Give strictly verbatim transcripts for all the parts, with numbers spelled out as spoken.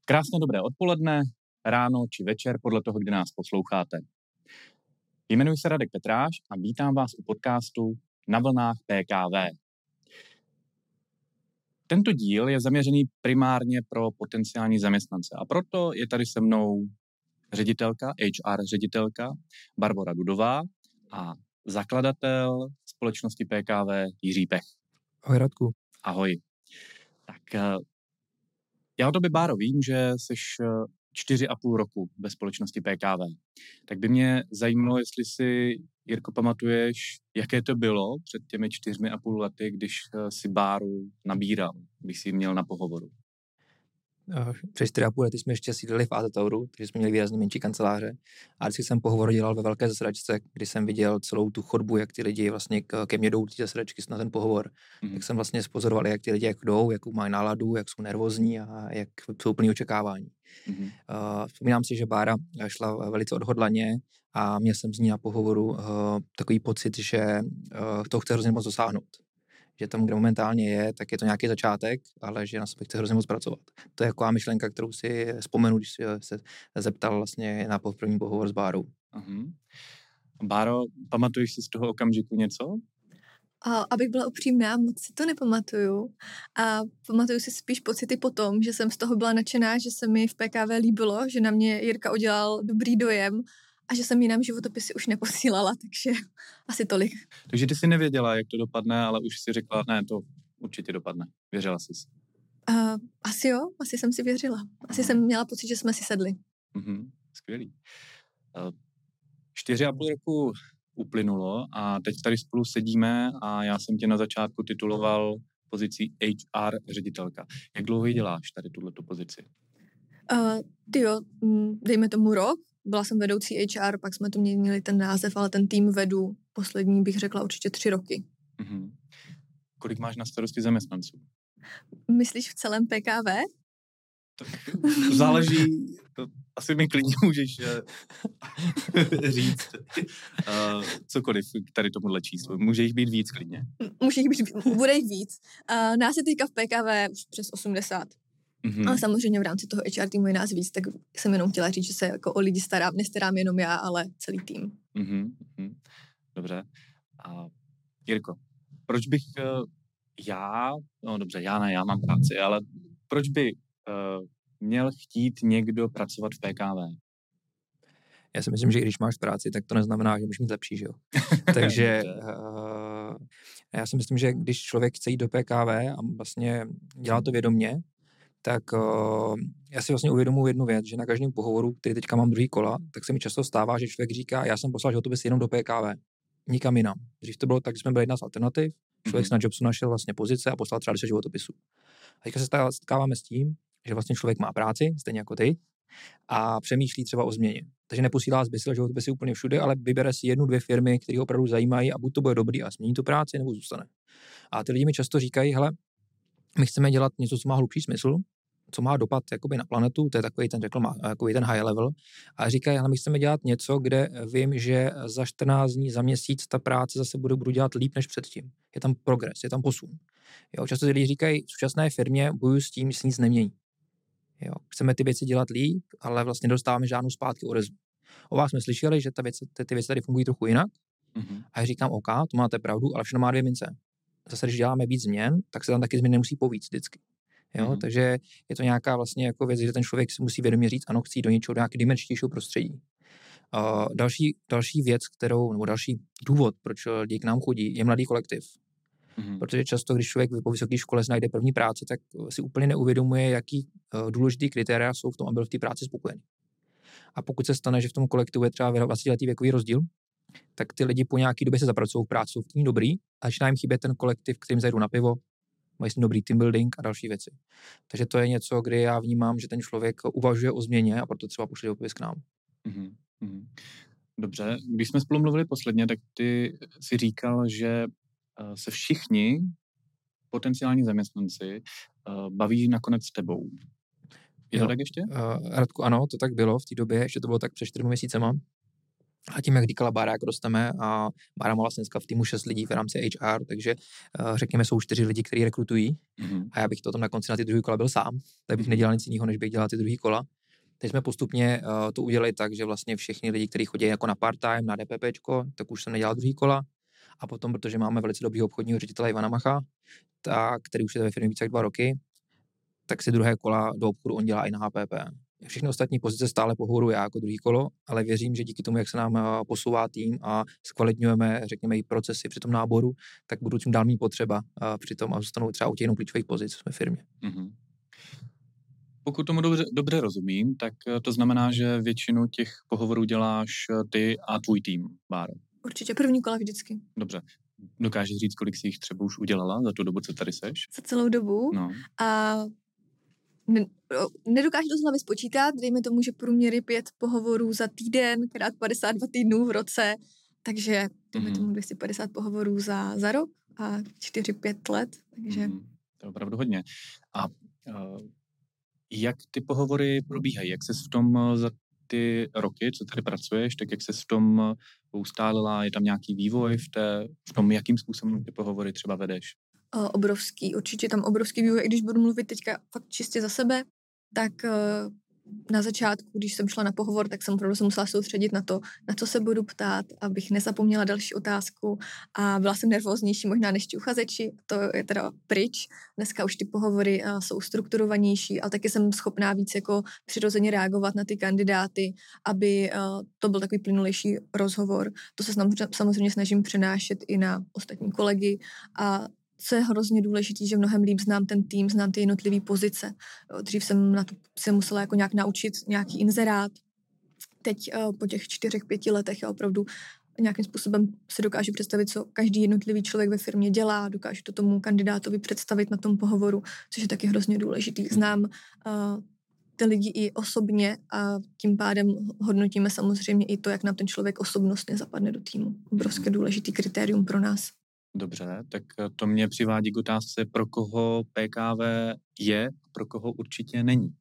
Krásné dobré odpoledne, ráno či večer, podle toho, kdy nás posloucháte. Jmenuji se Radek Petráš a vítám vás u podcastu Na vlnách P K V. Tento díl je zaměřený primárně pro potenciální zaměstnance a proto je tady se mnou ředitelka, H R ředitelka Barbora Dudová a zakladatel společnosti P K V Jiří Pech. Ahoj Radku. Ahoj. Tak já o tobě, Báro, vím, že jsi čtyři a půl roku ve společnosti P K V. Tak by mě zajímalo, jestli si, Jirko, pamatuješ, jaké to bylo před těmi čtyřmi a půl lety, když si Báru nabíral, když jsi měl na pohovoru. Před čtyři a půl lety jsme ještě sídlili v A Z Touru, takže jsme měli výrazně menší kanceláře. A vždycky jsem pohovor dělal ve velké zasedačce, kdy jsem viděl celou tu chodbu, jak ty lidi vlastně ke mně jdou ty zasedačky na ten pohovor. Mm. Tak jsem vlastně spozoroval, jak ty lidi jak jdou, jakou mají náladu, jak jsou nervózní a jak jsou plný očekávání. Mm. Uh, vzpomínám si, že Bára šla velice odhodlaně a měl jsem z ní na pohovoru uh, takový pocit, že uh, to chce hrozně moc dosáhnout. Že tam, kde momentálně je, tak je to nějaký začátek, ale že na sobě chce hrozně moc pracovat. To je taková myšlenka, kterou si vzpomenu, když si se zeptal vlastně na první pohovor s Bárou. Uh-huh. Báro, pamatuješ si z toho okamžiku něco? A abych byla upřímná, moc si to nepamatuju. A pamatuju si spíš pocity potom, že jsem z toho byla nadšená, že se mi v P K V líbilo, že na mě Jirka udělal dobrý dojem a že jsem jinam životopisy už neposílala, takže asi tolik. Takže ty jsi nevěděla, jak to dopadne, ale už si řekla, ne, to určitě dopadne. Věřila jsi. Uh, asi jo, asi jsem si věřila. Asi jsem měla pocit, že jsme si sedli. Uh-huh, skvělý. Uh, čtyři a půl roku uplynulo a teď tady spolu sedíme a já jsem tě na začátku tituloval pozicí H R ředitelka. Jak dlouho ji děláš tady tuhletu pozici? Uh, tyjo, dejme tomu rok. Byla jsem vedoucí H R, pak jsme to měnili ten název, ale ten tým vedu poslední, bych řekla, určitě tři roky. Mm-hmm. Kolik máš na starosti zaměstnanců? Myslíš v celém P K V? To záleží, to asi mi klidně můžeš říct uh, cokoliv k tady tomuhle číslu. Může jich být víc klidně. Může jich být, bude jich víc. Uh, nás je teďka v P K V už přes osmdesát. Mm-hmm. Ale samozřejmě v rámci toho H R týmu je nás víc, tak jsem jenom chtěla říct, že se jako o lidi starám, nestarám jenom já, ale celý tým. Mm-hmm. Dobře. A Jirko, proč bych uh, já, no dobře, já ne, já mám práci, ale proč by uh, měl chtít někdo pracovat v P K V? Já si myslím, že když máš práci, tak to neznamená, že můžeš mít lepší, že jo? Takže uh, já si myslím, že když člověk chce jít do P K V a vlastně dělá to vědomě, tak uh, já si vlastně uvědomuji jednu věc, že na každém pohovoru, který teďka mám druhý kola, tak se mi často stává, že člověk říká, já jsem poslal životopis jenom do P K V, nikam jinam. Dřív to bylo tak, že jsme byli jedna z alternativ, člověk mm-hmm. na Jobsu našel vlastně pozice a poslal třeba deset životopisů. A teďka se setkáváme s tím, že vlastně člověk má práci, stejně jako ty, a přemýšlí třeba o změně. Takže neposílá zbysil životopisy úplně všude, ale vybere si jednu, dvě firmy, které ho opravdu zajímají a buď to bude dobrý a změní tu práci, nebo zůstane. A ty lidi mi často říkají, hele, my chceme dělat něco, co má hlubší smysl, co má dopad jakoby na planetu, to je takový ten, řekl, takový ten high level, a říkají, ale my chceme dělat něco, kde vím, že za čtrnáct dní, za měsíc ta práce zase budu, budu dělat líp než předtím. Je tam progres, je tam posun. Jo, často lidi říkají, v současné firmě bojuju s tím, že se nic nemění. Jo, chceme ty věci dělat líp, ale vlastně nedostáváme žádnou zpátky odezvu. O vás jsme slyšeli, že ta věc, ty, ty věci tady fungují trochu jinak, mm-hmm. a já říkám, OK, to máte pravdu, ale všechno má dvě mince. Zase, když děláme víc změn, tak se tam taky změny nemusí povíct vždycky. Jo, mm-hmm. Takže je to nějaká vlastně jako věc, že ten člověk si musí vědomě říct, ano, chci do něčeho, do nějaké dimenčnějšího prostředí. Uh, další, další věc, kterou, nebo další důvod, proč lidi k nám chodí, je mladý kolektiv. Mm-hmm. Protože často, když člověk po vysoké škole najde první práci, tak si úplně neuvědomuje, jaký uh, důležitý kritéria jsou v tom, aby byl v té práci spokojený. A pokud se stane, že v tom kolektivu je třeba dvacetiletý věkový rozdíl, tak ty lidi po nějaké době se zapracují v práci, jsou v tím dobrý, a začíná jim chybět ten kolektiv, kterým zajdu na pivo, mají dobrý team building a další věci. Takže to je něco, kdy já vnímám, že ten člověk uvažuje o změně a proto třeba pošle životopis k nám. Mm-hmm. Dobře, když jsme spolu mluvili posledně, tak ty si říkal, že se všichni potenciální zaměstnanci baví nakonec s tebou. Je jo. to tak ještě? Uh, Radku, ano, to tak bylo v té době, ještě to bylo tak před čtyřmi měsícema. A tím, jak říkala Bára, jak rosteme, a Bára má vlastně dneska v týmu šest lidí v rámci H R, takže uh, řekněme, jsou čtyři lidi, kteří rekrutují. Mm-hmm. A já bych to tam na konci na ty druhý kola byl sám, tak bych nedělal nic jiného, než bych dělal ty druhý kola. Teď jsme postupně uh, to udělali tak, že vlastně všichni lidi, kteří chodí jako na part-time, na DPPčko, tak už jsem nedělal druhý kola. A potom, protože máme velice dobrýho obchodního ředitele Ivana Macha, tak, který už je ve firmě více jak dva roky, tak si druhé kola do obchodu on dělá i na H P P. Všechny ostatní pozice stále pohovoru já jako druhý kolo, ale věřím, že díky tomu, jak se nám posouvá tým a zkvalitňujeme, řekněme, i procesy při tom náboru, tak budu tím dál mít potřeba při tom a zůstanou třeba u těch jenom klíčových pozic ve firmě. Mm-hmm. Pokud tomu dobře, dobře rozumím, tak to znamená, že většinu těch pohovorů děláš ty a tvůj tým, Báro. Určitě první kola vždycky. Dobře. Dokážeš říct, kolik jsi jich třeba už udělala za tu dobu, co tady seš? Za celou dobu. No. A ne, nedokážu to z hlavy spočítat, dejme tomu, že průměr je pět pohovorů za týden, krát padesát dva týdnů v roce, takže dejme mm-hmm. tomu dvě stě padesát pohovorů za, za rok a čtyři pět let, takže... Mm-hmm. To je opravdu hodně. A uh, jak ty pohovory probíhají? Jak ses v tom za ty roky, co tady pracuješ, tak jak ses v tom ustálila? Je tam nějaký vývoj v, té, v tom, jakým způsobem ty pohovory třeba vedeš? O, obrovský, určitě tam obrovský vývoj. I když budu mluvit teďka fakt čistě za sebe, tak uh, na začátku, když jsem šla na pohovor, tak jsem opravdu se musela soustředit na to, na co se budu ptát, abych nezapomněla další otázku a byla jsem nervóznější možná než ti uchazeči, to je teda pryč. Dneska už ty pohovory uh, jsou strukturovanější, ale taky jsem schopná víc jako přirozeně reagovat na ty kandidáty, aby uh, to byl takový plynulejší rozhovor. To se samozřejmě snažím přenášet i na ostatní kolegy a co je hrozně důležitý, že mnohem líp znám ten tým, znám ty jednotlivé pozice. Dřív jsem na to se musela jako nějak naučit nějaký inzerát. Teď po těch čtyřech, pěti letech já opravdu nějakým způsobem si dokážu představit, co každý jednotlivý člověk ve firmě dělá, dokážu to tomu kandidátovi představit na tom pohovoru, což je taky hrozně důležitý. Znám uh, ty lidi i osobně a tím pádem hodnotíme samozřejmě i to, jak nám ten člověk osobnostně zapadne do týmu. Obrovské důležitý kritérium pro nás. Dobře, tak to mě přivádí k otázce, pro koho P K V je, pro koho určitě není.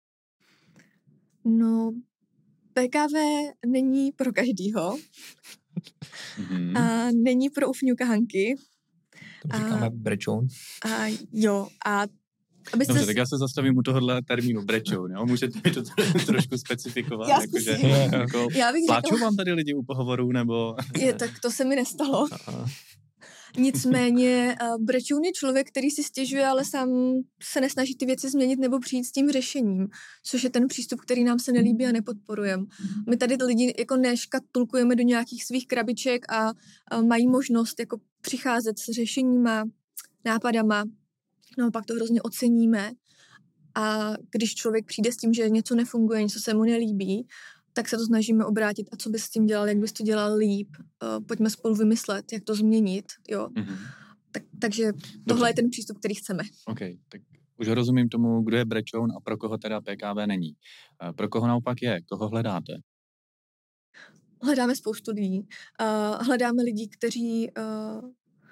No, P K V není pro každýho. Mm-hmm. A není pro ufňukánky. To říkáme brečoun. A jo, a Dobře, se... tak já se zastavím u tohohle termínu brečoun, jo? Můžete mi to trošku specifikovat? Já jako, že, jako, já bych pláčou řekla... vám tady lidi u pohovorů, nebo... Je, tak to se mi nestalo. Aha. Nicméně uh, brečoun je člověk, který si stěžuje, ale sám se nesnaží ty věci změnit nebo přijít s tím řešením, což je ten přístup, který nám se nelíbí a nepodporujeme. My tady lidi jako neškatulkujeme do nějakých svých krabiček a uh, mají možnost jako přicházet s řešeníma, nápadama, no pak to hrozně oceníme a když člověk přijde s tím, že něco nefunguje, něco se mu nelíbí, tak se to snažíme obrátit. A co bys s tím dělal, jak bys to dělal líp? Uh, pojďme spolu vymyslet, jak to změnit, jo. Mm-hmm. Tak, takže tohle Dobře. Je ten přístup, který chceme. OK, tak už rozumím tomu, kdo je brečoun a pro koho teda P K V není. Uh, pro koho naopak je? Koho hledáte? Hledáme spoustu lidí. Uh, hledáme lidi, kteří, uh,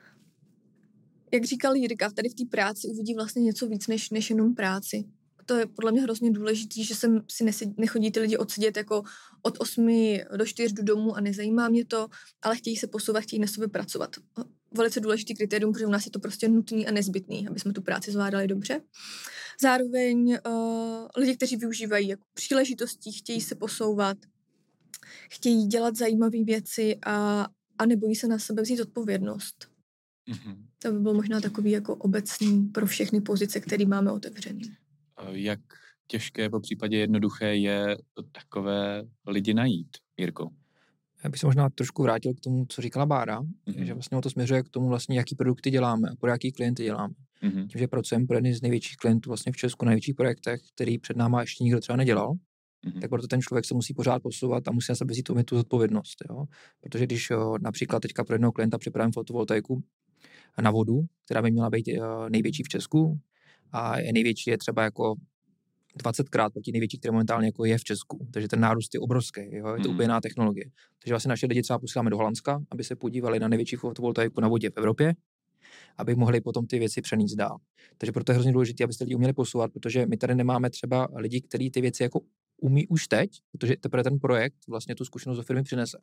jak říkal Jirka, tady v té práci uvidí vlastně něco víc, než, než jenom práci. To je podle mě hrozně důležitý, že sem si nesedí, nechodí ty lidi odsedět jako od osmi do čtyř jdu domů a nezajímá mě to, ale chtějí se posouvat, chtějí na sobě pracovat. Velice důležitý kritérium, protože u nás je to prostě nutný a nezbytný, aby jsme tu práci zvládali dobře. Zároveň uh, lidi, kteří využívají jako příležitostí, chtějí se posouvat, chtějí dělat zajímavé věci a, a nebojí se na sebe vzít odpovědnost. Mm-hmm. To by bylo možná takový jako obecný pro všechny pozice, které máme otevřený. Jak těžké, po případě jednoduché je takové lidi najít, Jirko? Já bych se možná trošku vrátil k tomu, co říkala Bára, mm-hmm. že vlastně o to směřuje k tomu vlastně, jaký produkty děláme a pro jaký klienty děláme. Mm-hmm. Tím, že pracujeme pro jedny z největších klientů vlastně v Česku na největších projektech, který před náma ještě nikdo třeba nedělal, mm-hmm. tak proto ten člověk se musí pořád posouvat a musí na sebe vzít tu zodpovědnost. Jo? Protože když jo, například teďka pro jednoho klienta připravím fotovoltaiku na vodu, která by měla být největší v Česku, a je největší je třeba jako dvacetkrát proti největší, který momentálně jako je v Česku. Takže ten nárůst je obrovský, jo? Je to mm. úplně jiná technologie. Takže vlastně naše lidi třeba posíláme do Holandska, aby se podívali na největší fotovoltaiku na vodě v Evropě, aby mohli potom ty věci přenést dál. Takže proto je hrozně důležité, abyste lidi uměli posouvat, protože my tady nemáme třeba lidi, kteří ty věci jako umí už teď, protože teprve ten projekt vlastně tu zkušenost do firmy přinese.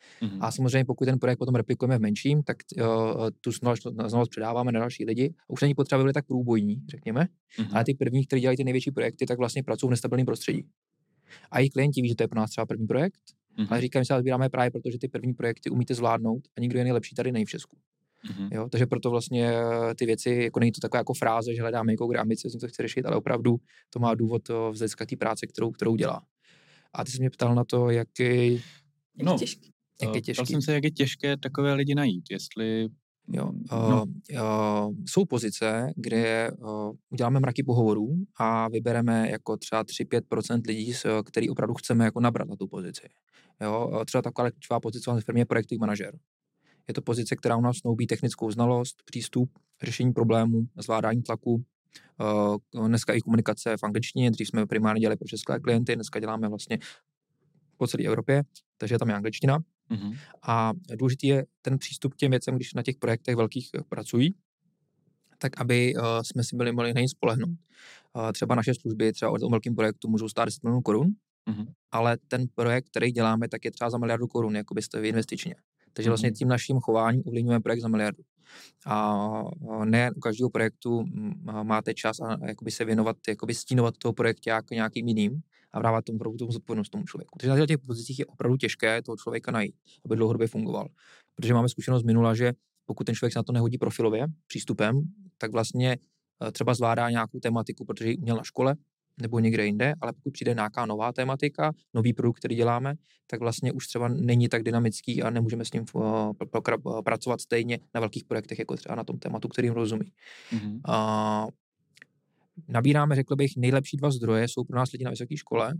Mm-hmm. A samozřejmě pokud ten projekt potom replikujeme v menším, tak uh, tu znalost, znalost předáváme na další lidi. A už není potřeba, aby byli tak průbojní, řekněme. Mm-hmm. Ale ty první, kteří dělají ty největší projekty, tak vlastně pracují v nestabilním prostředí. A i klienti ví, že to je pro nás třeba první projekt, mm-hmm. ale říkám, že se odbíráme právě proto, že ty první projekty umíte zvládnout a nikdo je nejlepší tady nej v Česku. Mm-hmm. Jo, takže proto vlastně ty věci, jako není to taková jako fráze, že hledáme někoho, kde ambiciozně to chce řešit, ale opravdu to má důvod z hlediska té práce, kterou, kterou dělá. A ty jsi mě ptal na to, jaký... No, těžký. Jak je těžký. Ptal jsem se, jak je těžké takové lidi najít, jestli... Jo, no. uh, uh, jsou pozice, kde uh, uděláme mraky pohovorů a vybereme jako třeba tři až pět procent lidí, který opravdu chceme jako nabrat na tu pozici. Jo, třeba taková klíčová pozice v firmě je projektový manažer. Je to pozice, která u nás snoubí technickou znalost, přístup, řešení problémů, zvládání tlaku, uh, dneska i komunikace v angličtině, dřív jsme primárně dělali pro české klienty, dneska děláme vlastně po celé Evropě, takže tam je angličtina. Mm-hmm. A důležitý je ten přístup k těm věcem, když na těch projektech velkých pracují, tak aby uh, jsme si byli mohli na ně spolehnout. Uh, třeba naše služby, třeba o velkým projektu můžou stát deset milionů korun, mm-hmm. ale ten projekt, který děláme, tak je třeba za miliardu korun, jakoby jste investičně. Takže mm-hmm. vlastně tím naším chováním ovlivňujeme projekt za miliardu. A ne u každého projektu máte čas a jakoby se věnovat, jakoby stínovat toho projektu jako nějakým jiným a vrávat tomu opravdu tomu zodpovědnost tomu člověku. Takže na těch pozicích je opravdu těžké toho člověka najít, aby dlouhodobě fungoval. Protože máme zkušenost z minula, že pokud ten člověk se na to nehodí profilově, přístupem, tak vlastně třeba zvládá nějakou tematiku, protože ji měl na škole nebo někde jinde, ale pokud přijde nějaká nová tematika, nový produkt, který děláme, tak vlastně už třeba není tak dynamický a nemůžeme s ním pracovat stejně na velkých projektech, jako třeba na tom tématu, kterým rozumí. Mm-hmm. A nabíráme, řekl bych, nejlepší dva zdroje jsou pro nás lidi na vysoké škole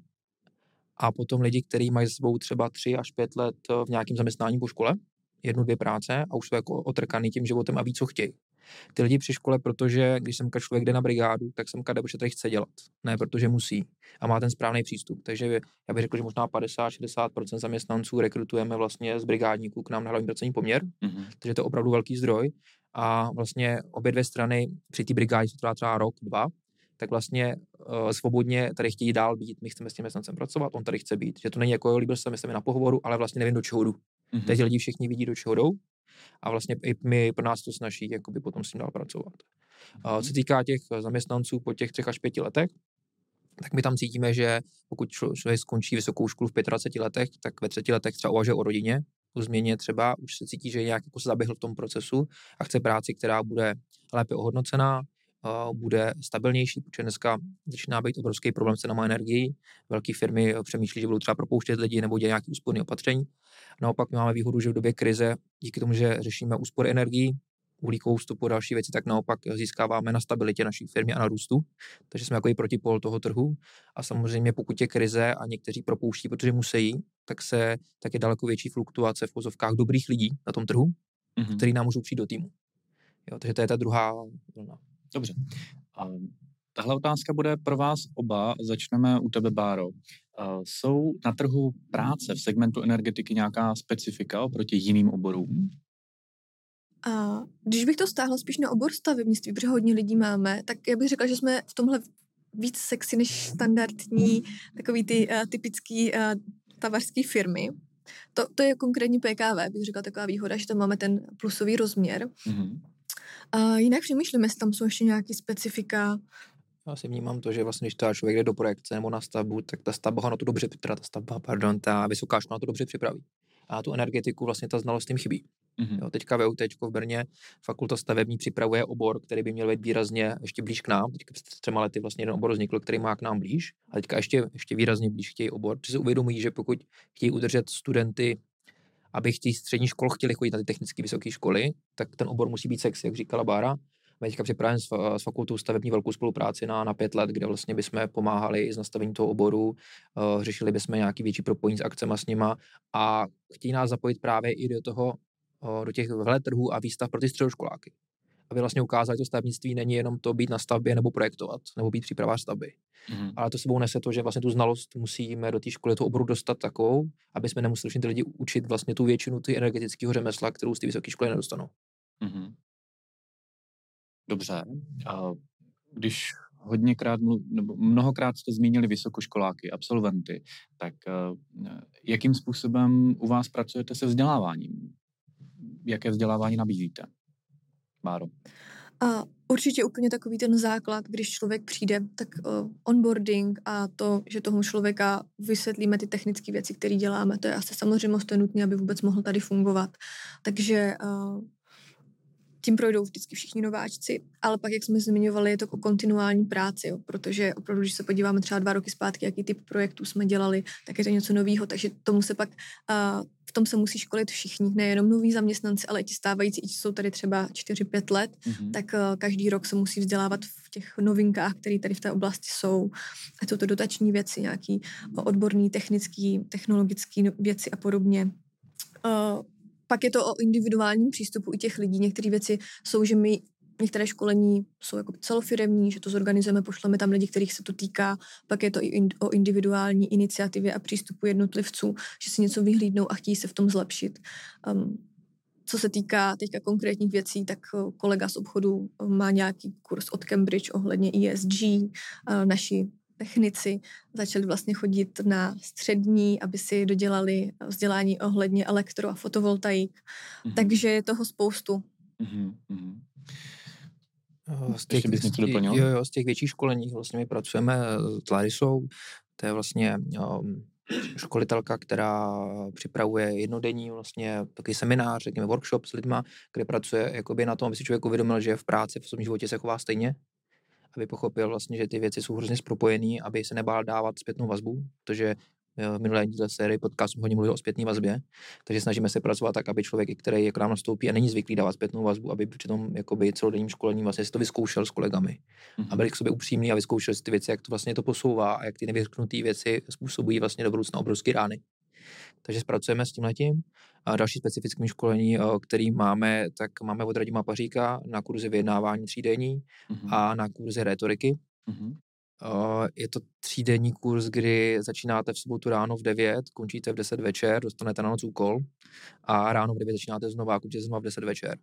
a potom lidi, kteří mají s sebou třeba tři až pět let v nějakém zaměstnání po škole, jednu, dvě práce a už jsou jako otrkaný tím životem a ví, co chtějí. Ty lidi při škole, protože když semka člověk jde na brigádu, tak semka jde, protože tady chce dělat, ne protože musí a má ten správný přístup. Takže já bych řekl, že možná padesát až šedesát procent zaměstnanců rekrutujeme vlastně z brigádníků k nám na hlavní pracovní poměr, mm-hmm. takže to je opravdu velký zdroj a vlastně obě dvě strany při té brigádě, co trvá třeba rok, dva, tak vlastně uh, svobodně tady chtějí dál být, my chceme s tím zaměstnancem pracovat, on tady chce být. Že to není jako líbil jsem mi na pohovoru, ale vlastně nevím, do čeho jdu. Mm-hmm. Takže lidi všichni vidí, do čeho jdou. A vlastně i my pro nás to snaží jakoby potom s tím dál pracovat. Mm-hmm. Co se týká těch zaměstnanců po těch třech až pěti letech, tak my tam cítíme, že pokud člověk skončí vysokou školu v dvaceti pěti letech, tak ve třetí letech třeba uvažuje o rodině, o změně třeba, už se cítí, že nějak jako se zaběhl v tom procesu a chce práci, která bude lépe ohodnocená, Uh, bude stabilnější, protože dneska začíná být obrovský problém s cenama energií. Velké firmy přemýšlí, že budou třeba propouštět lidi nebo dělat nějaké úsporné opatření. Naopak my máme výhodu, že v době krize, díky tomu, že řešíme úspory energií, uhlíkovou stopu a další věci, tak naopak získáváme na stabilitě naší firmy a na růstu. Takže jsme jako i protipol toho trhu. A samozřejmě pokud je krize a někteří propouští, protože musí, tak, se, tak je daleko větší fluktuace v pozovkách dobrých lidí na tom trhu, mm-hmm. který nám můžou přijít do týmu. Jo, takže to je ta druhá vlna. Dobře. A tahle otázka bude pro vás oba. Začneme u tebe, Báro. Jsou na trhu práce v segmentu energetiky nějaká specifika oproti jiným oborům? A když bych to stáhla spíš na obor stavebnictví, protože hodně lidí máme, tak já bych řekla, že jsme v tomhle víc sexy než standardní takový ty uh, typický uh, tavařský firmy. To, to je konkrétní P K V, bych řekla taková výhoda, že tam máme ten plusový rozměr. Mm-hmm. A jinak přemýšlíme, jestli tam jsou ještě nějaký specifika. Já si vnímám to, že vlastně, když ta člověk jde do projekce nebo na stavbu, tak ta stavba na to dobře připraví, ta stavba, pardon, ta vysoká škola na to dobře připraví. A tu energetiku vlastně ta znalost tím chybí. Mm-hmm. Jo, teďka V U T v Brně fakulta stavební připravuje obor, který by měl být výrazně ještě blíž k nám. Teďka před třema lety vlastně jeden obor vznikl, který má k nám blíž. A teďka ještě, ještě výrazně blíž chtějí obor. Protože si uvědomují, že pokud chtějí udržet studenty, aby chtějí střední škol chtěli chodit na ty technické vysoké školy, tak ten obor musí být sexy, jak říkala Bára. My teďka připravujeme s, s fakultou stavební velkou spolupráci na, na pět let, kde vlastně bychom pomáhali s nastavením toho oboru, uh, řešili bychom nějaký větší propojení s akcema s nima a chtějí nás zapojit právě i do toho, uh, do těch veletrhů a výstav pro ty středoškoláky. Aby vlastně ukázali, že to stavebnictví není jenom to být na stavbě nebo projektovat, nebo být přípravář stavby. Mm-hmm. Ale to sebou nese to, že vlastně tu znalost musíme do té školy toho oboru dostat takovou, aby jsme nemuseli všechny ty lidi učit vlastně tu většinu ty energetického řemesla, kterou z té vysoké školy nedostanou. Mm-hmm. Dobře. A když hodněkrát, nebo mnohokrát jste zmínili vysokoškoláky, absolventy, tak jakým způsobem u vás pracujete se vzděláváním? Jaké vzdělávání nabízíte, Báro? A určitě úplně takový ten základ, když člověk přijde, tak uh, onboarding a to, že tomu člověka vysvětlíme ty technické věci, které děláme, to je asi samozřejmě to je nutné, aby vůbec mohl tady fungovat. Takže uh, tím projdou vždycky všichni nováčci, ale pak, jak jsme zmiňovali, je to o kontinuální práci, jo, protože opravdu, když se podíváme třeba dva roky zpátky, jaký typ projektů jsme dělali, tak je to něco nového, takže tomu se pak, uh, v tom se musí školit všichni, nejenom noví zaměstnanci, ale i ti stávající, i jsou tady třeba čtyři pět let, mm-hmm. tak uh, každý rok se musí vzdělávat v těch novinkách, které tady v té oblasti jsou. A jsou to dotační věci, nějaký odborný, technický, technologický věci a podobně. Uh, Pak je to o individuálním přístupu i těch lidí. Některé věci jsou, že my, některé školení jsou jako celofiremní, že to zorganizujeme, pošleme tam lidi, kterých se to týká. Pak je to i in, o individuální iniciativě a přístupu jednotlivců, že si něco vyhlídnou a chtějí se v tom zlepšit. Um, co se týká teďka konkrétních věcí, tak kolega z obchodu má nějaký kurz od Cambridge ohledně E S G, uh, naši technici začali vlastně chodit na střední, aby si dodělali vzdělání ohledně elektro- a fotovoltaik. Mm-hmm. Takže je toho spoustu. Mm-hmm. Z těch, z těch, jo, jo, z těch větších školení vlastně my pracujeme s Larisou. To je vlastně um, školitelka, která připravuje jednodenní vlastně takový seminář, řekněme workshop s lidma, kde pracuje jakoby na tom, aby si člověk uvědomil, že v práci, v osobním životě se chová stejně, aby pochopil vlastně, že ty věci jsou hrozně propojený, aby se nebál dávat zpětnou vazbu, protože v minulé díle série podcastu hodně mluvil o zpětné vazbě, takže snažíme se pracovat tak, aby člověk, který jako nám nastoupí a není zvyklý dávat zpětnou vazbu, aby při tom jakoby celodenním školení vlastně si to vyzkoušel s kolegami. Mm-hmm. A byl k sobě upřímný a vyzkoušel si ty věci, jak to vlastně to posouvá a jak ty nevyřknuté věci způsobují vlastně do budoucna obrovské rány. Takže pracujeme s tímhletím. A další specifickým školení, který máme, tak máme od Radima Paříka na kurzi vyjednávání třídenní mm-hmm. a na kurzi rétoriky. Mm-hmm. Je to třídenní kurz, kdy začínáte v sobotu ráno v devět, končíte v deset večer, dostanete na noc úkol a ráno v devět začínáte znova, končíte znova v deset večer.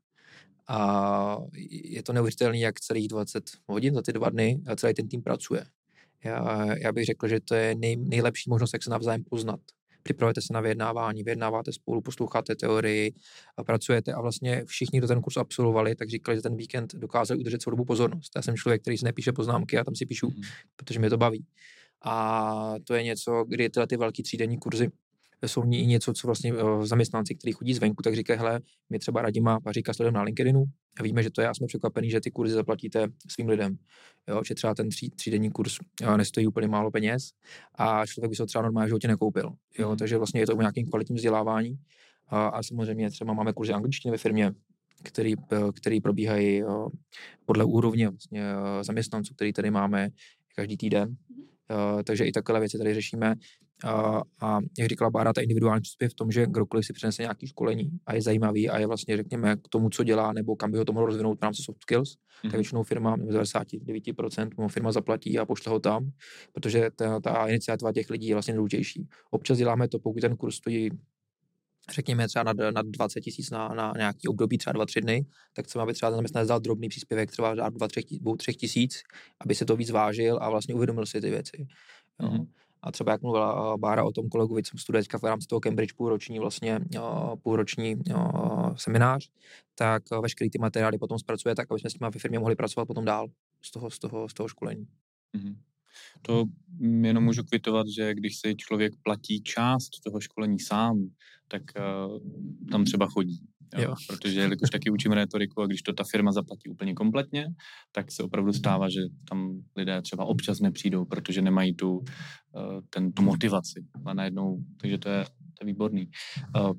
A je to neuvěřitelné, jak celých dvacet hodin za ty dva dny celý ten tým pracuje. Já, já bych řekl, že to je nej, nejlepší možnost, jak se navzájem poznat. Připravujete se na vyjednávání, vyjednáváte spolu, posloucháte teorii, a pracujete a vlastně všichni, kdo ten kurz absolvovali, tak říkali, že ten víkend dokázali udržet celou dobu pozornost. Já jsem člověk, který si nepíše poznámky, a tam si píšu, mm. protože mě to baví. A to je něco, kdy tyhle ty velký třídenní kurzy jsou i něco, co vlastně zaměstnanci, kteří chodí zvenku, tak říkají, hele, my třeba Radima Paříka sledujeme na LinkedInu a víme, že to je, a jsme překvapení, že ty kurzy zaplatíte svým lidem. Jo, že třeba ten tří, třídenní kurz jo, nestojí úplně málo peněz a člověk by se ho třeba normálně v životě nekoupil. Jo, takže vlastně je to o nějakým kvalitním vzdělávání a, a samozřejmě třeba máme kurzy angličtiny ve firmě, který, který probíhají jo, podle úrovně vlastně, zaměstnanců, který tady máme každý týden. Uh, takže i takové věci tady řešíme. Uh, a jak říkala Bára, ta individuální přístup je v tom, že kdokoliv si přinese nějaké školení a je zajímavý a je vlastně, řekněme, k tomu, co dělá, nebo kam by ho to mohlo rozvinout v rámci soft skills, mm-hmm. tak většinou firma, devadesát devět procent firma zaplatí a pošle ho tam, protože ta, ta iniciativa těch lidí je vlastně nejdůležitější. Občas děláme to, pokud ten kurz stojí řekněme třeba na, na dvacet tisíc na, na nějaký období, třeba dva, tři dny, tak chceme, aby třeba zaměstnanec dal drobný příspěvek, třeba dva, tři, dvou, třech tisíc, aby se to víc vážil a vlastně uvědomil si ty věci. Jo. Mm-hmm. A třeba jak mluvila Bára o tom kolegovi, co studuje v rámci toho Cambridge půlroční vlastně půlroční seminář, tak veškerý ty materiály potom zpracuje tak, aby jsme s těma ve firmě mohli pracovat potom dál z toho, z toho, z toho školení. Mm-hmm. To jenom můžu kvitovat, že když si člověk platí část toho školení sám, tak uh, tam třeba chodí. Jo? Jo. Protože jelikož taky učím rétoriku a když to ta firma zaplatí úplně kompletně, tak se opravdu stává, že tam lidé třeba občas nepřijdou, protože nemají tu, uh, ten, tu motivaci. A najednou, takže to je, to je výborný. Uh,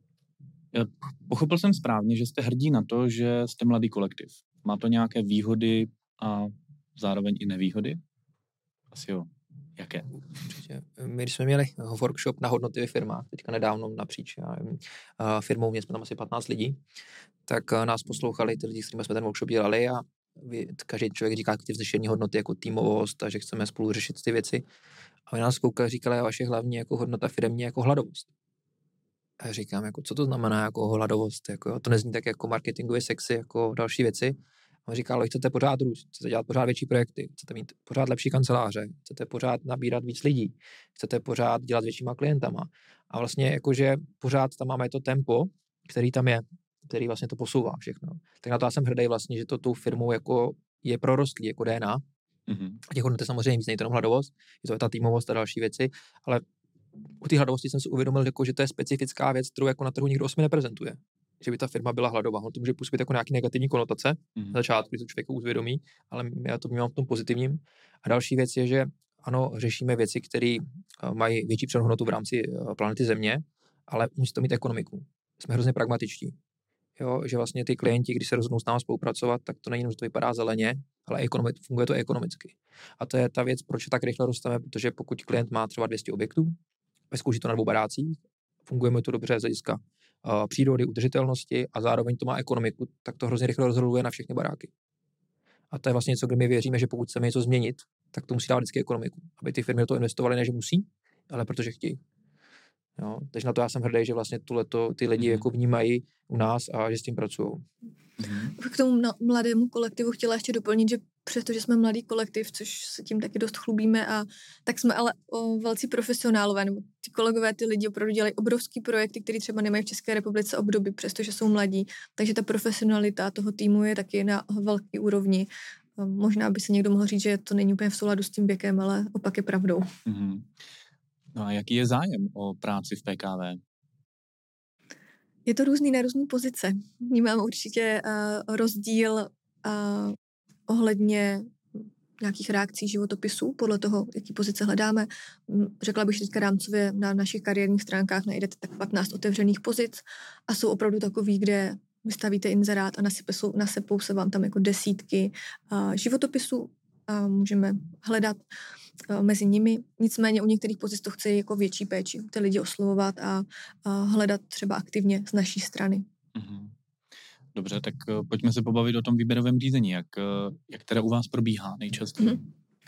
pochopil jsem správně, že jste hrdí na to, že jste mladý kolektiv. Má to nějaké výhody a zároveň i nevýhody? Asi jo. Jaké? Určitě. My, když jsme měli workshop na hodnoty ve firmách, teďka nedávno napříč firmou, měli jsme tam asi patnáct lidí, tak nás poslouchali ty lidi, s kterými jsme ten workshop dělali a každý člověk říká ty vznešení hodnoty jako týmovost a že chceme spolu řešit ty věci. A my nás koukali, říkali, a vaše hlavní jako hodnota firemní jako hladovost. A já říkám, jako, co to znamená jako hladovost? Jako, to nezní tak jako marketingově sexy, jako další věci. On říkal, ale chcete pořád růst, chcete dělat pořád větší projekty, chcete mít pořád lepší kanceláře, chcete pořád nabírat víc lidí, chcete pořád dělat většíma klientama. A vlastně jakože pořád tam máme to tempo, který tam je, který vlastně to posouvá všechno. Tak na to já jsem hrdý vlastně, že to tou firmou jako je prorostlý, jako D N A. Mm-hmm. A těch hodnot je samozřejmě víc, není to jenom hladovost, je to ta týmovost a další věci, ale u té hladovosti jsem si uvědomil, jako, že to je specifická věc, kterou jako na trhu nikdo osmi neprezentuje. Že by ta firma byla hladová. On to může působit jako nějaký negativní konotace mm-hmm. na začátku, když to člověk uvědomí, ale já to vnímám v tom pozitivním. A další věc je, že ano, řešíme věci, které mají větší předhodnotu v rámci planety Země, ale musí to mít ekonomiku. Jsme hrozně pragmatičtí. Jo, že vlastně ty klienti, když se rozhodnou s námi spolupracovat, tak to není jenom, že to vypadá zeleně, ale ekonomi- funguje to ekonomicky. A to je ta věc, proč tak rychle rosteme, protože pokud klient má třeba dvě stě objektů, vyzkouší to na dvou barácích, funguje to dobře z hlediska uh, přírody, udržitelnosti a zároveň to má ekonomiku, tak to hrozně rychle rozhoduje na všechny baráky. A to je vlastně něco, kde my věříme, že pokud chceme něco změnit, tak to musí dávat vždycky ekonomiku. Aby ty firmy to investovaly, ne že musí, ale protože chtějí. Jo, takže na to já jsem hrdý, že vlastně tuhleto ty lidi mm-hmm. jako vnímají u nás a že s tím pracují. Mm-hmm. K tomu mladému kolektivu chtěla ještě doplnit, že přestože jsme mladý kolektiv, což se tím taky dost chlubíme, a tak jsme ale o, velcí profesionálové, nebo ty kolegové, ty lidi opravdu dělají obrovský projekty, které třeba nemají v České republice obdoby, přestože jsou mladí. Takže ta profesionalita toho týmu je taky na velké úrovni. Možná by se někdo mohl říct, že to není úplně v souladu s tím věkem, ale opak je pravdou. Mm-hmm. No a jaký je zájem o práci v P K V? Je to různý na různý pozice. Vnímám určitě uh, rozdíl uh, ohledně nějakých reakcí životopisů, podle toho, jaký pozice hledáme. Řekla bych, že teďka rámcově na našich kariérních stránkách najdete tak patnáct otevřených pozic a jsou opravdu takový, kde vystavíte inzerát a nasypou, nasypou se vám tam jako desítky uh, životopisů a můžeme hledat uh, mezi nimi. Nicméně u některých pozic to chce jako větší péči, ty lidi oslovovat a, a hledat třeba aktivně z naší strany. Mm-hmm. Dobře, tak uh, pojďme se pobavit o tom výběrovém řízení. Jak, uh, jak teda u vás probíhá nejčastěji? Mm-hmm.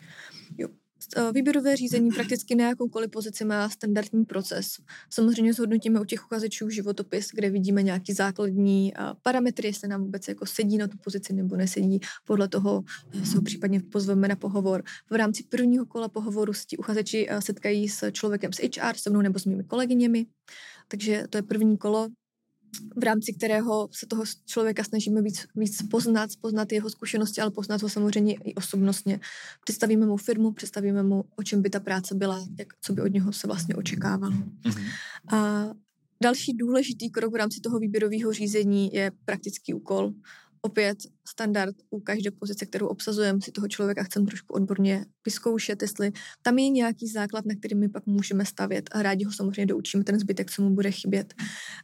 Jo. Výběrové řízení prakticky na jakoukoliv pozici má standardní proces. Samozřejmě zhodnotíme u těch uchazečů životopis, kde vidíme nějaký základní parametry, jestli nám vůbec jako sedí na tu pozici nebo nesedí. Podle toho se ho případně pozveme na pohovor. V rámci prvního kola pohovoru se ti uchazeči setkají s člověkem z H R, se mnou nebo s mými kolegyněmi. Takže to je první kolo, v rámci kterého se toho člověka snažíme víc, víc poznat, poznat jeho zkušenosti, ale poznat ho samozřejmě i osobnostně. Představíme mu firmu, představíme mu, o čem by ta práce byla, jak, co by od něho se vlastně očekávalo. Mm-hmm. A další důležitý krok v rámci toho výběrového řízení je praktický úkol. Opět standard u každé pozice, kterou obsazujeme, si toho člověka chceme trošku odborně vyzkoušet, jestli tam je nějaký základ, na který my pak můžeme stavět a rádi ho samozřejmě doučíme, ten zbytek, co mu bude chybět.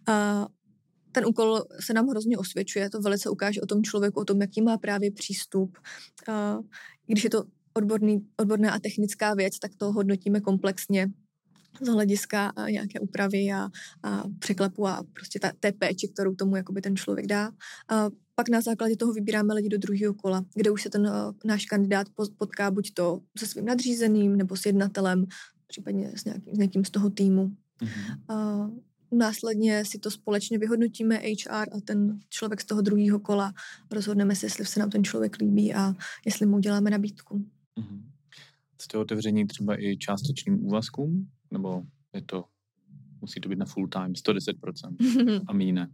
A ten úkol se nám hrozně osvědčuje, to velice ukáže o tom člověku, o tom, jaký má právě přístup. Uh, když je to odborný, odborná a technická věc, tak to hodnotíme komplexně z hlediska uh, nějaké úpravy a, a překlepu a prostě ta, té péči, kterou tomu jakoby ten člověk dá. Uh, pak na základě toho vybíráme lidi do druhého kola, kde už se ten uh, náš kandidát potká buď to se svým nadřízeným nebo s jednatelem, případně s nějakým, s někým z toho týmu. Mm-hmm. Uh, Následně si to společně vyhodnotíme H R a ten člověk z toho druhého kola rozhodneme se, jestli se nám ten člověk líbí a jestli mu uděláme nabídku. Mm-hmm. Jste otevření třeba i částečným úvazkům? Nebo je to, musí to být na full time, sto deset procent a míň ne?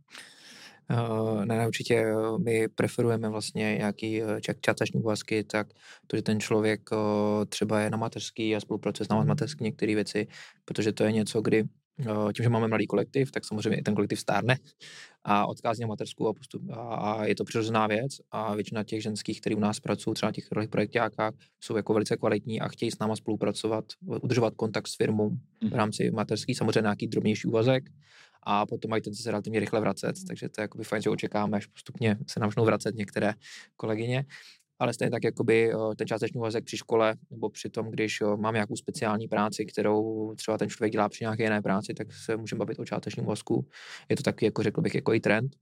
Uh, ne, určitě my preferujeme vlastně nějaký částečný úvazky, tak to, že ten člověk uh, třeba je na mateřský a spolupracuje s námi s mateřský některé věci, protože to je něco, kdy tím, že máme mladý kolektiv, tak samozřejmě i ten kolektiv stárne a odchází na mateřskou a, postup, a je to přirozená věc a většina těch ženských, kteří u nás pracují, třeba na těch projekťákách, jsou jako velice kvalitní a chtějí s náma spolupracovat, udržovat kontakt s firmou v rámci mateřský, samozřejmě nějaký drobnější úvazek a potom mají ten se relativně rychle vracet, takže to je jakoby fajn, že očekáváme, až postupně se nám vracet některé kolegyně. Ale stejně tak jakoby ten částečný úvazek při škole nebo při tom, když mám nějakou speciální práci, kterou třeba ten člověk dělá při nějaké jiné práci, tak se můžeme bavit o částečném úvazku. Je to taky, jako řekl bych, jako i trend.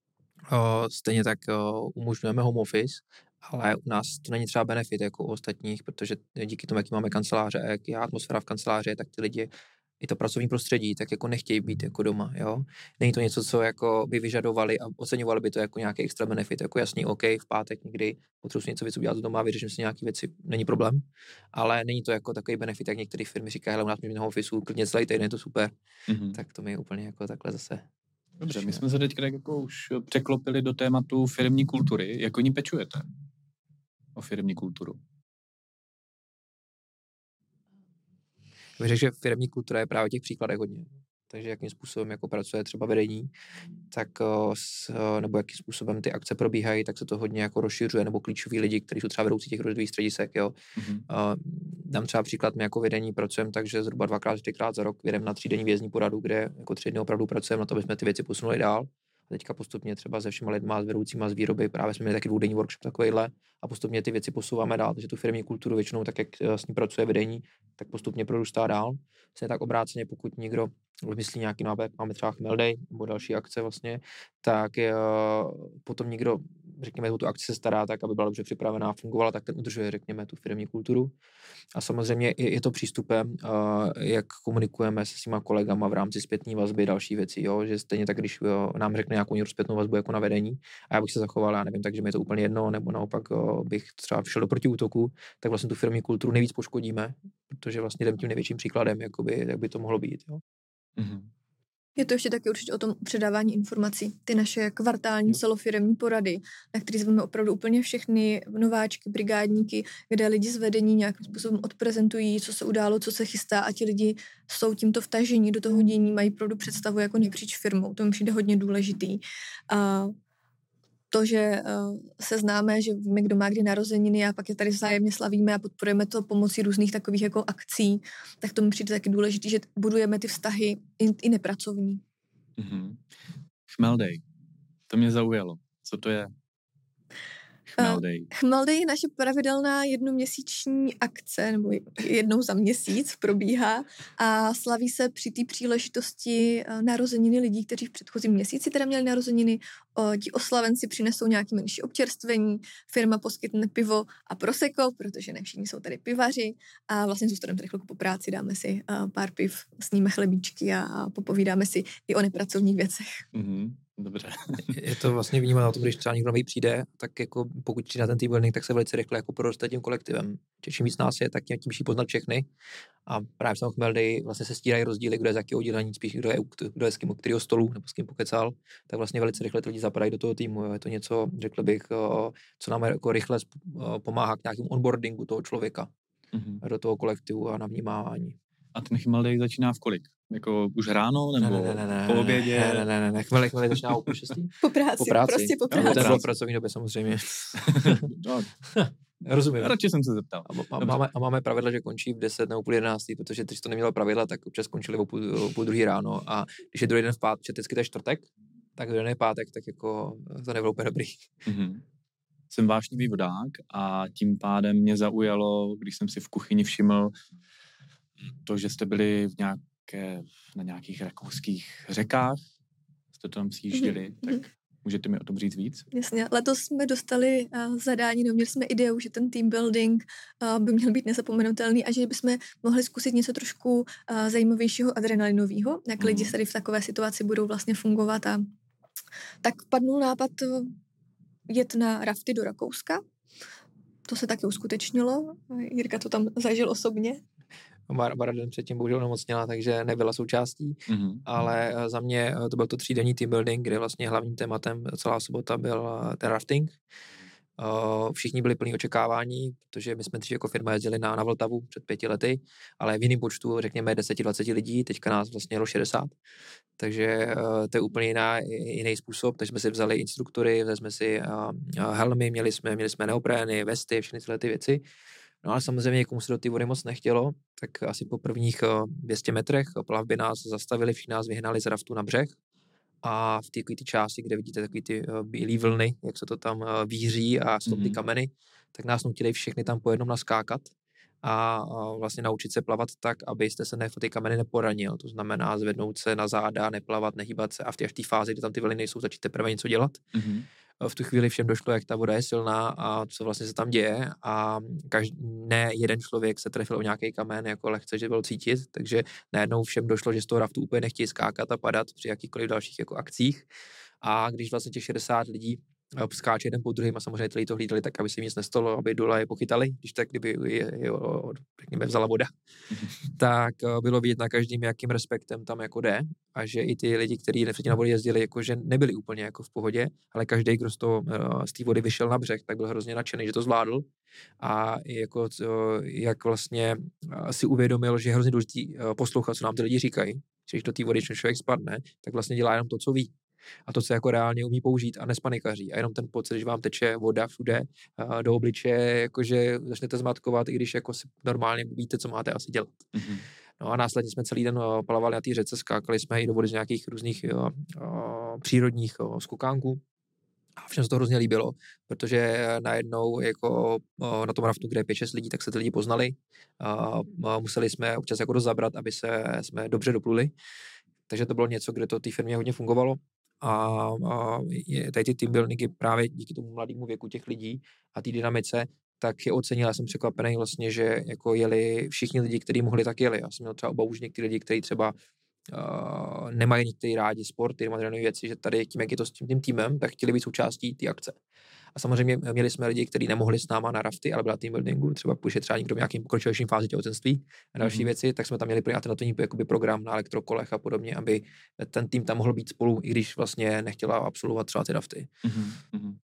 Stejně tak umožňujeme home office, ale u nás to není třeba benefit jako u ostatních, protože díky tomu, jaký máme kanceláře, jak je atmosféra v kanceláři, tak ty lidi i to pracovní prostředí, tak jako nechtějí být jako doma, jo. Není to něco, co jako by vyžadovali a oceňovali by to jako nějaký extra benefit, jako jasný, OK, v pátek někdy potřebuji si něco víc udělat z doma, vyřeším si nějaké věci, není problém, ale není to jako takový benefit, jak některé firmy říkají, hele, u nás můžeme na officeu, klidně celý týden, je to super, mm-hmm. tak to mi úplně jako takhle zase. Dobře, my jsme se teď jako už překlopili do tématu firemní kultury, jak o ní pečujete? O firemní kulturu. bych řekl, že firemní kultura je právě těch příkladech hodně. Takže jakým způsobem jako pracuje třeba vedení, tak s, nebo jakým způsobem ty akce probíhají, tak se to hodně jako rozšiřuje, nebo klíčoví lidi, kteří jsou třeba vedoucí těch rozvojových středisek, jo. Mm-hmm. Dám třeba příklad, my jako vedení pracujeme, takže zhruba dvakrát, čtyřikrát za rok jedeme na třídenní vězní poradu, kde jako tři dny opravdu pracujeme na to, aby jsme ty věci posunuli dál. A teďka postupně třeba se všema lidma, s vedoucíma z výroby, právě jsme měli taky dvoudenní workshop takovýhle a postupně ty věci posouváme dál, takže tu firemní kulturu většinou tak, jak s ní pracuje vedení, tak postupně prorůstá dál. Se tak obráceně, pokud někdo vymyslí nějaký nápad, máme třeba Chmelday nebo další akce vlastně, tak je, potom někdo, řekněme, tu akci se stará tak, aby byla dobře připravená a fungovala, tak ten udržuje, řekněme, tu firemní kulturu. A samozřejmě je, je to přístupem, uh, jak komunikujeme se s těma kolegama v rámci zpětné vazby, další věci, jo? Že stejně tak, když jo, nám řekne nějakou zpětnou vazbu jako na vedení a já bych se zachoval, já nevím, takže mi je to úplně jedno, nebo naopak jo, bych třeba šel do protiútoku, tak vlastně tu firemní kulturu nejvíc poškodíme, protože vlastně jdem tím největším příkladem, jakoby, jak by to mohlo být. Jo? Mm-hmm. Je to ještě taky určitě o tom předávání informací. Ty naše kvartální celofiremní porady, na které zveme opravdu úplně všechny nováčky, brigádníky, kde lidi z vedení nějakým způsobem odprezentují, co se událo, co se chystá a ti lidi jsou tímto vtažení do toho dění, mají opravdu představu jako napříč firmou. To mi přijde hodně důležitý. A to, že uh, se známe, že víme, kdo má kdy narozeniny a pak je tady vzájemně slavíme a podporujeme to pomocí různých takových jako akcí, tak to mi přijde taky důležitý, že budujeme ty vztahy i, i nepracovní. Mm-hmm. Chmelday. To mě zaujalo. Co to je? Chmelday. Uh, Chmelday je naše pravidelná jednoměsíční akce, nebo jednou za měsíc probíhá a slaví se při té příležitosti narozeniny lidí, kteří v předchozím měsíci teda měli narozeniny. O, ti oslavenci přinesou nějaké menší občerstvení, firma poskytne pivo a prosecco, protože ne všichni jsou tady pivaři a vlastně zůstaneme tady chvilku po práci, dáme si uh, pár piv, sníme chlebíčky a, a popovídáme si i o nepracovních věcech. Mm-hmm. Dobře. Je to vlastně vnímat na tom, když třeba někdo nový přijde, tak jako pokud přijde na ten team building, tak se velice rychle jako poroste tím kolektivem. Čím víc nás je, tak tím tím poznat všechny. A právě v tom Chmelday vlastně se stírají rozdíly, kdo je z jakého oddělení, spíš kdo je, kdo je s kým, u kterého stolu nebo s kým pokecal, tak vlastně velice rychle ty lidi zapadají do toho týmu. Jo. Je to něco, řekl bych, co nám jako rychle pomáhá k nějakému onboardingu toho člověka mm-hmm. do toho kolektivu a na vnímávání. A ten Chmelday začíná v kolik? Jako už ráno, nebo ne, ne, ne, po obědě? Ne, ne, ne, ne, ne. Chmelday, chmelday začíná o půl šestý. Po práci, po práci. prostě po práci. No, to bylo pracovní době samozřejmě. No. Rozumím. Radši jsem se zeptal. A, a, máme, a máme pravidla, že končí v deset nebo půl jedenáctý, protože když to nemělo pravidla, tak občas skončili o půl, o půl druhý ráno. A když je druhý den v pátek, vždycky to je čtvrtek, tak druhý den je pátek, tak jako to nebylo úplně dobrý. Mm-hmm. Jsem vášnivý vodák a tím pádem mě zaujalo, když jsem si v kuchyni všiml to, že jste byli v nějaké, na nějakých rakouských řekách, jste tam sjížděli, mm-hmm. tak můžete mi o tom říct víc? Jasně. Letos jsme dostali uh, zadání, no měli jsme ideu, že ten team building uh, by měl být nezapomenutelný a že bychom mohli zkusit něco trošku uh, zajímavějšího, adrenalinového, jak mm. lidi tady v takové situaci budou vlastně fungovat. A tak padnul nápad uh, jet na rafty do Rakouska. To se taky uskutečnilo. Jirka to tam zažil osobně. Bára den předtím bohužel nemocněla, takže nebyla součástí, mm-hmm. ale za mě to byl to třídenní team building, kde vlastně hlavním tématem celá sobota byl ten rafting. Všichni byli plní očekávání, protože my jsme dřív jako firma jezdili na, na Vltavu před pěti lety, ale v jiném počtu, řekněme, deset dvacet lidí, teďka nás vlastně jelo šedesát. Takže to je úplně jiná, jiný způsob, takže jsme si vzali instruktory, vzali jsme si helmy, měli jsme, měli jsme neoprény, vesty, všechny tyhle ty věci. No ale samozřejmě někomu se do té vody moc nechtělo, tak asi po prvních dvou stech metrech plavby nás zastavili, všichni nás vyhnali z raftu na břeh a v té ty části, kde vidíte takový ty bílé vlny, jak se to tam víří a jsou mm-hmm. ty kameny, tak nás nutili všechny tam po jednom naskákat a vlastně naučit se plavat tak, abyste se ne, ty kameny neporanil. To znamená zvednout se na záda, neplavat, nehýbat se a v té, v té fázi, kdy tam ty vlny nejsou, začít teprve něco dělat. Mm-hmm. v tu chvíli všem došlo, jak ta voda je silná a co vlastně se tam děje a každý, ne jeden člověk se trefil o nějaký kamen, jako lehce, že byl cítit, takže najednou všem došlo, že z toho raftu úplně nechtějí skákat a padat při jakýchkoliv dalších jako akcích a když vlastně těch šedesát lidí skáče jeden po druhým a samozřejmě celý to hlídali tak, aby se nic nestalo, aby dole je pochytali, když tak, kdyby je, je, řekněme, vzala voda, tak bylo vidět na každým, jakým respektem tam jako jde a že i ty lidi, kteří předtím na vodě jezdili, jakože nebyli úplně jako v pohodě, ale každý, kdo z, toho, z té vody vyšel na břeh, tak byl hrozně nadšený, že to zvládl a jako to, jak vlastně si uvědomil, že je hrozně důležitý poslouchat, co nám ty lidi říkají, že když do té vody člověk spadne, tak vlastně dělá jenom to, co ví. A to, co jako reálně umí použít a nespanikaří. A jenom ten pocit, že vám teče voda všude do obličeje, jakože začnete zmatkovat, i když jako si normálně víte, co máte asi dělat. Mm-hmm. No a následně jsme celý den plavali na té řece, skákali jsme i do vody z nějakých různých jo, jo, přírodních jo, skokánků. A všem se to hrozně líbilo, protože najednou jako na tom raftu, kde je pět šest lidí, tak se ty lidi poznali. A museli jsme občas jako dozabrat, aby se jsme dobře dopluli. Takže to bylo něco, kde to té firmě hodně fungovalo. A, a je, tady ty team buildingy právě díky tomu mladému věku těch lidí a té dynamice, tak je ocenil. Já jsem překvapený vlastně, že jako jeli všichni lidi, kteří mohli, tak jeli. Já jsem měl třeba obavu, že někteří lidi, kteří třeba uh, nemají někteří rádi sport, ty materiální věci, že tady tím, jak je to s tím, tím týmem, tak chtěli být součástí té akce. A samozřejmě měli jsme lidi, kteří nemohli s náma na rafty, ale byla team buildingu, třeba když je třeba někdo v nějakým pokročilejším fázi těhotenství a další mm-hmm. věci, tak jsme tam měli alternativní jakoby program na elektrokolech a podobně, aby ten tým tam mohl být spolu, i když vlastně nechtěla absolvovat třeba ty rafty. Mm-hmm.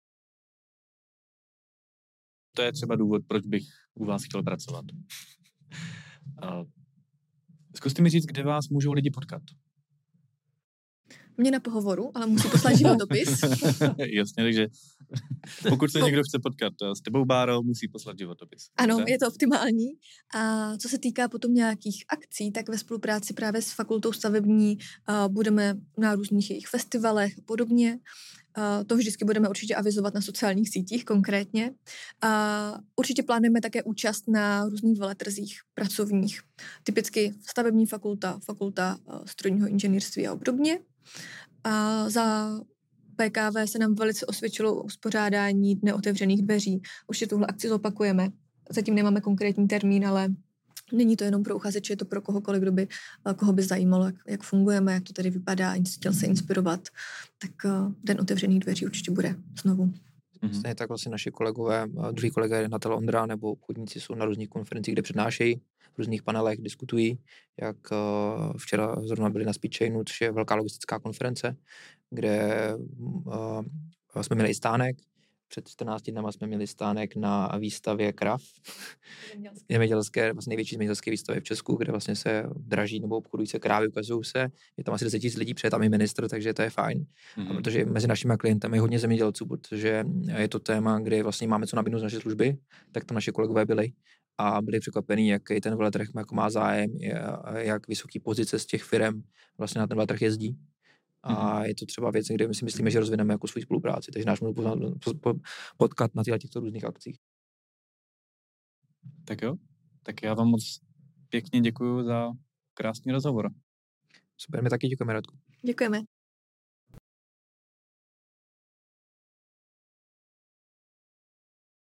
To je třeba důvod, proč bych u vás chtěl pracovat. Uh, zkuste mi říct, kde vás můžou lidi potkat. Mě na pohovoru, ale musí poslat životopis. Jasně, takže pokud se někdo chce potkat s tebou, Báro, musí poslat životopis. Ano, dobře? Je to optimální. A co se týká potom nějakých akcí, tak ve spolupráci právě s fakultou stavební uh, budeme na různých jejich festivalech a podobně. Uh, to vždycky budeme určitě avizovat na sociálních sítích konkrétně. Uh, určitě plánujeme také účast na různých veletrzích pracovních. Typicky stavební fakulta, fakulta uh, strojního inženýrství a obdobně. A za P K V se nám velice osvědčilo uspořádání Dne otevřených dveří. Už tuhle akci zopakujeme. Zatím nemáme konkrétní termín, ale není to jenom pro uchazeče, je to pro kohokoliv, kdo by, koho by zajímalo, jak, jak fungujeme, jak to tady vypadá, chtěl se inspirovat. Tak Den otevřených dveří určitě bude znovu. Mm-hmm. Stejně tak vlastně naši kolegové, druhý kolega Natal Ondra nebo obchodníci jsou na různých konferencích, kde přednášejí, v různých panelech diskutují, jak uh, včera zrovna byli na Speedchainu, což je velká logistická konference, kde uh, jsme měli stánek. Před čtrnácti dnama jsme měli stánek na výstavě krav. Zemědělské, vlastně největší zemědělské výstavě v Česku, kde vlastně se draží nebo obchodují se krávy, ukazují se. Je tam asi deset tisíc lidí, protože tam je ministr, takže to je fajn. Mm-hmm. A protože mezi našimi klienty je hodně zemědělců, protože je to téma, kde vlastně máme co nabídnout z naše služby, tak tam naše kolegové byli a byli překvapení, jaký ten veletrh jako má zájem, jak vysoký pozice z těch firm vlastně na ten veletrh jezdí. A je to třeba věc, kde my si myslíme, že rozvineme jako svou spolupráci, takže nás můžou potkat na těchto různých akcích. Tak jo, tak já vám moc pěkně děkuju za krásný rozhovor. Super, my taky děkujeme, Radku. Děkujeme.